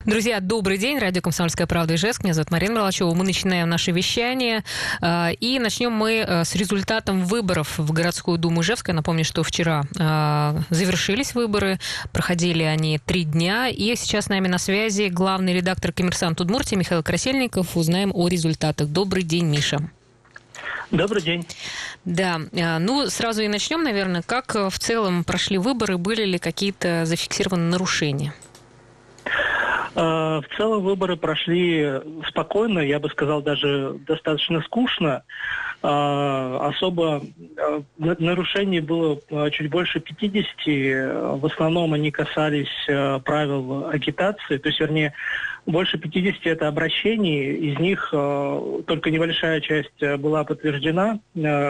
Друзья, добрый день. Радио «Комсомольская правда» Ижевск. Меня зовут Марина Мерлачева. Мы начинаем наше вещание. И начнем мы с результатом выборов в городскую думу Ижевска. Я напомню, что вчера завершились выборы. Проходили они 3 дня. И сейчас с нами на связи главный редактор «Коммерсант Удмуртии» Михаил Красильников. Узнаем о результатах. Добрый день, Миша. Добрый день. Да, ну сразу и начнем, наверное. Как в целом прошли выборы? Были ли какие-то зафиксированы нарушения? В целом выборы прошли спокойно, я бы сказал, даже достаточно скучно. Особо нарушений было чуть больше 50. В основном они касались правил агитации, то есть, вернее, больше 50 это обращений, из них только небольшая часть была подтверждена.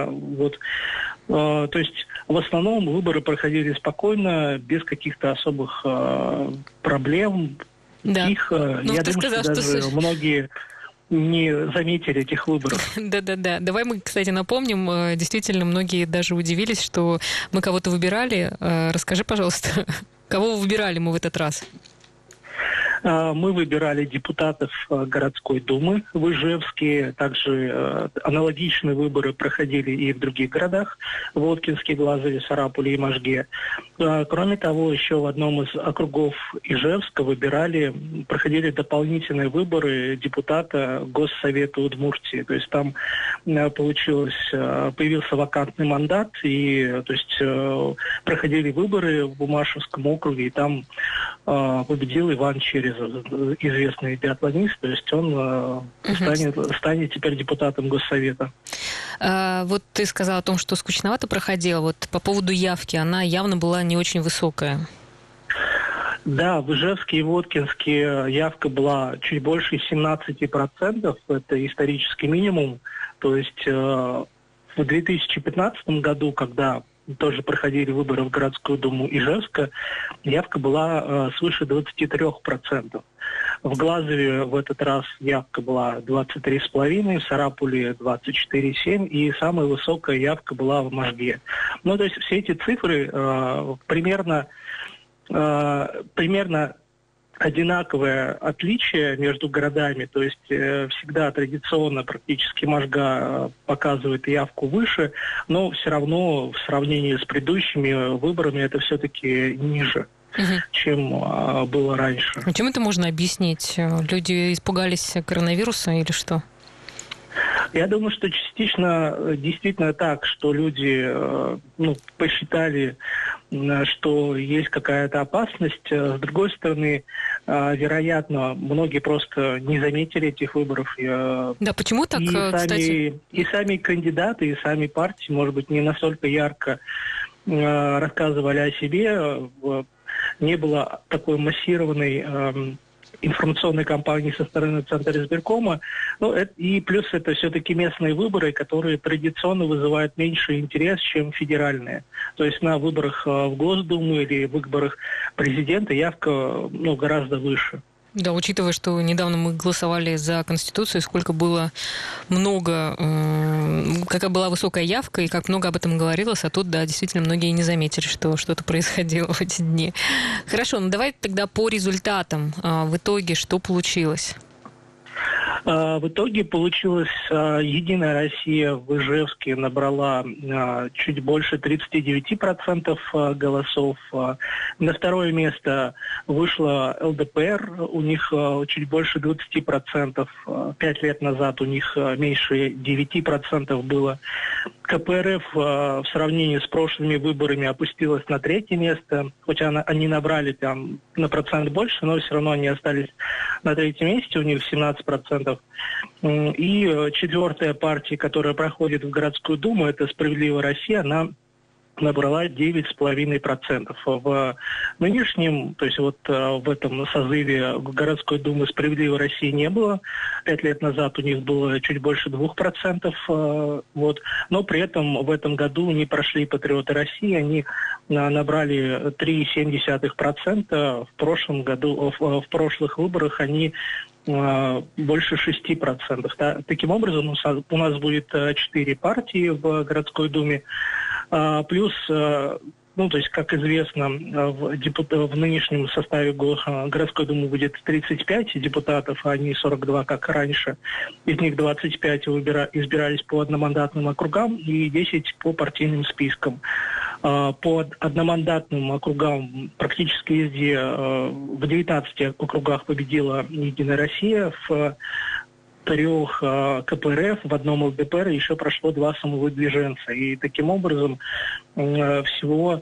То есть в основном выборы проходили спокойно, без каких-то особых проблем. Да. Тихо. Я думаю, что даже многие не заметили этих выборов. Да. Давай мы, кстати, напомним, действительно, многие даже удивились, что мы кого-то выбирали. Расскажи, пожалуйста, кого выбирали мы в этот раз? Мы выбирали депутатов городской думы в Ижевске. Также аналогичные выборы проходили и в других городах. В Воткинске, Глазове, Сарапуле и Можге. Кроме того, еще в одном из округов Ижевска проходили дополнительные выборы депутата Госсовета Удмуртии. То есть там появился вакантный мандат, и то есть проходили выборы в Бумашевском округе, и там победил Иван Черезов, известный биатлонист, то есть он станет теперь депутатом Госсовета. Вот ты сказал о том, что скучновато проходило. Вот по поводу явки, она явно была не очень высокая. Да, в Ижевске и Воткинске явка была чуть больше 17%, это исторический минимум. То есть в 2015 году, когда тоже проходили выборы в городскую думу Ижевска, явка была свыше 23%. В Глазове в этот раз явка была 23,5%, в Сарапуле 24,7%, и самая высокая явка была в Можге. Ну, то есть все эти цифры примерно одинаковое отличие между городами, то есть всегда традиционно практически Можга показывает явку выше, но все равно в сравнении с предыдущими выборами это все-таки ниже, чем было раньше. А чем это можно объяснить? Люди испугались коронавируса или что? Я думаю, что частично действительно так, что люди посчитали, что есть какая-то опасность. С другой стороны, вероятно, многие просто не заметили этих выборов. Да, почему так, кстати? И сами кандидаты, и сами партии, может быть, не настолько ярко рассказывали о себе. Не было такой массированной информационной кампании со стороны Центра избиркома. И плюс это все-таки местные выборы, которые традиционно вызывают меньше интерес, чем федеральные. То есть на выборах в Госдуму или выборах президента явка гораздо выше. Да, учитывая, что недавно мы голосовали за Конституцию, сколько было какая была высокая явка и как много об этом говорилось, а тут, да, действительно, многие не заметили, что что-то происходило в эти дни. Хорошо, давай тогда по результатам. В итоге что получилось? В итоге получилось, «Единая Россия» в Ижевске набрала чуть больше 39% голосов. На второе место вышла ЛДПР, у них чуть больше 20%. 5 лет назад у них меньше 9% было. КПРФ в сравнении с прошлыми выборами опустилась на 3-е место, хотя они набрали там на процент больше, но все равно они остались на 3-м месте, у них 17%. И 4-я партия, которая проходит в городскую думу, это «Справедливая Россия», она набрала 9,5%. В нынешнем, то есть в этом созыве городской думы «Справедливой России» не было. 5 лет назад у них было чуть больше 2%. Но при этом в этом году не прошли «Патриоты России», они набрали 3,7%. В прошлом году, в прошлых выборах они больше 6%. Таким образом, у нас будет 4 партии в городской думе. Плюс то есть, как известно, в нынешнем составе городской думы будет 35 депутатов, а не 42, как раньше. Из них 25 избирались по одномандатным округам и 10 по партийным спискам. По одномандатным округам практически везде, в 19 округах победила «Единая Россия», в 3 КПРФ, в 1 ЛДПР еще прошло 2 самовыдвиженца. И таким образом всего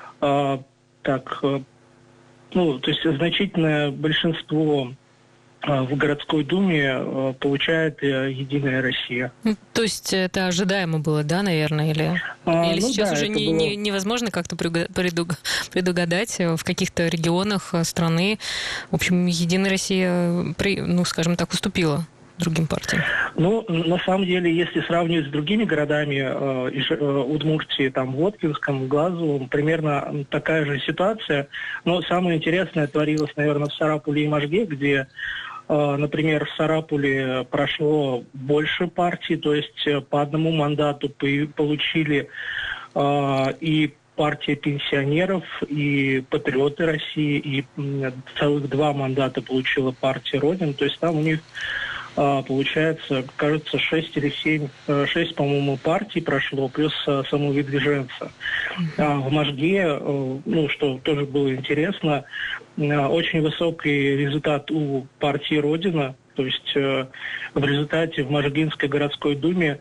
то есть значительное большинство в городской думе получает «Единая Россия». То есть это ожидаемо было, да, наверное? Или сейчас уже невозможно как-то предугадать в каких-то регионах страны? В общем, «Единая Россия», скажем так, уступила другим партиям? На самом деле, если сравнивать с другими городами Удмуртии, Воткинском, Глазовом, примерно такая же ситуация. Но самое интересное творилось, наверное, в Сарапуле и Можге, где, например, в Сарапуле прошло больше партий, то есть по 1 мандату получили и партия пенсионеров, и патриоты России, и целых 2 мандата получила партия Родина. То есть там у них получается, кажется, 6 или 7, 6, по-моему, партий прошло, плюс самовыдвиженца. В Можге, что тоже было интересно, очень высокий результат у партии Родина. То есть в результате в Можгинской городской думе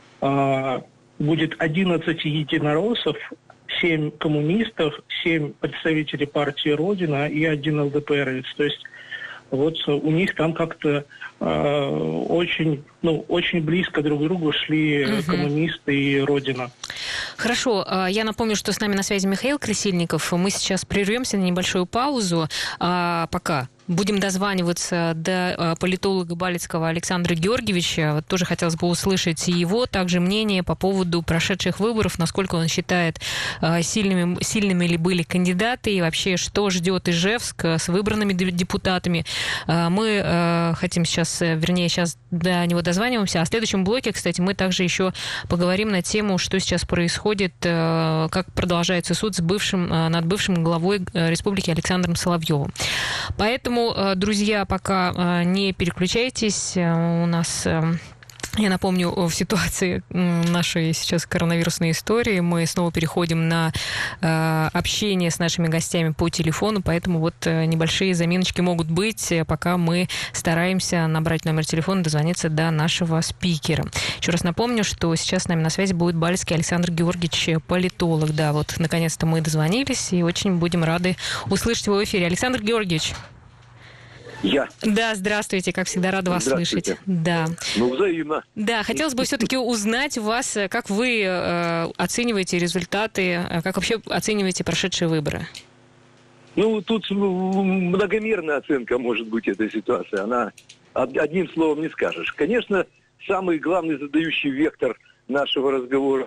будет 11 единороссов, 7 коммунистов, 7 представителей партии Родина и 1 ЛДПРовец. То есть вот у них там как-то очень близко друг к другу шли коммунисты и Родина. Хорошо. Я напомню, что с нами на связи Михаил Красильников. Мы сейчас прервемся на небольшую паузу. Пока будем дозваниваться до политолога Балицкого Александра Георгиевича. Тоже хотелось бы услышать его также мнение по поводу прошедших выборов, насколько он считает сильными ли были кандидаты и вообще, что ждет Ижевск с выбранными депутатами. Мы хотим сейчас до него дозваниваемся. А в следующем блоке, кстати, мы также еще поговорим на тему, что сейчас происходит, как продолжается суд над бывшим главой республики Александром Соловьевым. Поэтому, друзья, пока не переключайтесь. У нас, я напомню, в ситуации нашей сейчас коронавирусной истории мы снова переходим на общение с нашими гостями по телефону, поэтому вот небольшие заминочки могут быть, пока мы стараемся набрать номер телефона, дозвониться до нашего спикера. Еще раз напомню, что сейчас с нами на связи будет Балицкий Александр Георгиевич, политолог. Да, вот наконец-то мы дозвонились и очень будем рады услышать его в эфире. Александр Георгиевич. Я. Да, здравствуйте, как всегда, рада вас слышать. Да. Взаимно. Да, хотелось бы все-таки узнать у вас, как вы оцениваете результаты, как вообще оцениваете прошедшие выборы? Тут многомерная оценка может быть этой ситуации. Она одним словом не скажешь. Конечно, самый главный задающий вектор нашего разговора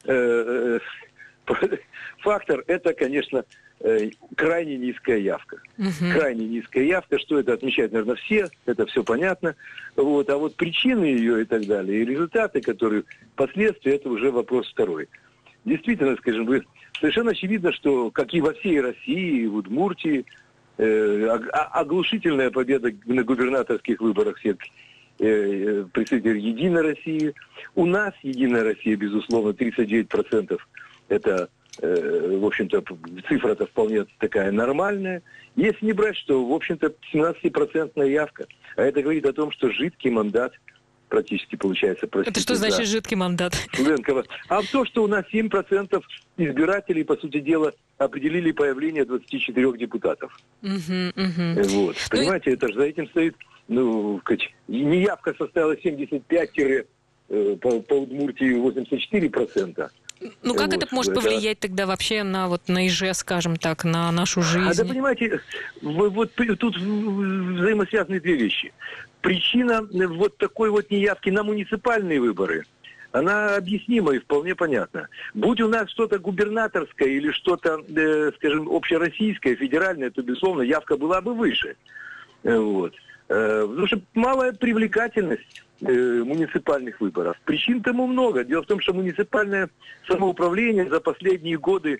фактор – это, конечно, крайне низкая явка. Крайне низкая явка, что это отмечают, наверное, все, это все понятно. А вот причины ее и так далее, и результаты, которые последствия, это уже вопрос второй. Действительно, скажем, совершенно очевидно, что, как и во всей России, в Удмуртии, оглушительная победа на губернаторских выборах всех представителей «Единой России». У нас «Единая Россия», безусловно, 39%. Это, в общем-то, цифра-то вполне такая нормальная. Если не брать, что, в общем-то, 17% явка. А это говорит о том, что жидкий мандат практически получается. Это что значит жидкий мандат? Ленкова. А то, что у нас 7% избирателей, по сути дела, определили появление 24 депутатов. Вот. Понимаете, это же за этим стоит, неявка составила 75, по Удмуртии 84%. Как это может повлиять тогда вообще на Ижевск, скажем так, на нашу жизнь? Да, понимаете, тут взаимосвязаны две вещи. Причина вот такой вот неявки на муниципальные выборы, она объяснима и вполне понятна. Будь у нас что-то губернаторское или что-то, скажем, общероссийское, федеральное, то, безусловно, явка была бы выше. Вот. Потому что малая привлекательность муниципальных выборов. Причин тому много. Дело в том, что муниципальное самоуправление за последние годы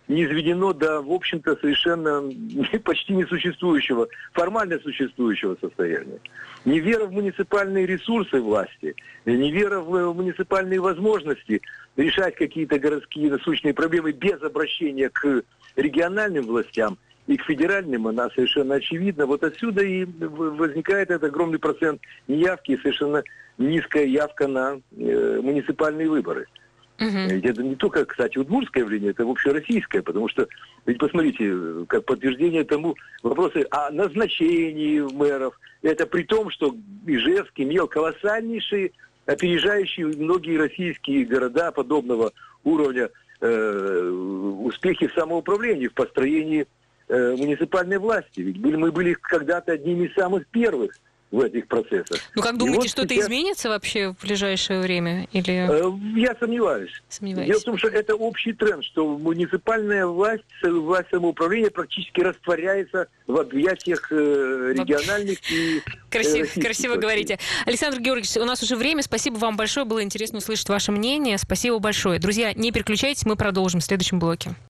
низведено до, в общем-то, совершенно почти несуществующего, формально существующего состояния. Невера в муниципальные ресурсы власти, невера в муниципальные возможности решать какие-то городские насущные проблемы без обращения к региональным властям и к федеральным, она совершенно очевидна. Вот отсюда и возникает этот огромный процент неявки и совершенно низкая явка на муниципальные выборы. Это не только, кстати, удмуртское явление, это общероссийское, потому что, ведь посмотрите, как подтверждение тому вопросы о назначении мэров, это при том, что Ижевск имел колоссальнейшие, опережающие многие российские города подобного уровня успехи в самоуправлении, в построении муниципальной власти. Ведь мы были когда-то одними из самых первых в этих процессах. Ну, как думаете, вот что-то сейчас изменится вообще в ближайшее время? Или... Я сомневаюсь. Дело в том, что это общий тренд, что муниципальная власть самоуправления практически растворяется в объятиях региональных и Красиво говорите. Александр Георгиевич, у нас уже время. Спасибо вам большое. Было интересно услышать ваше мнение. Спасибо большое. Друзья, не переключайтесь, мы продолжим в следующем блоке.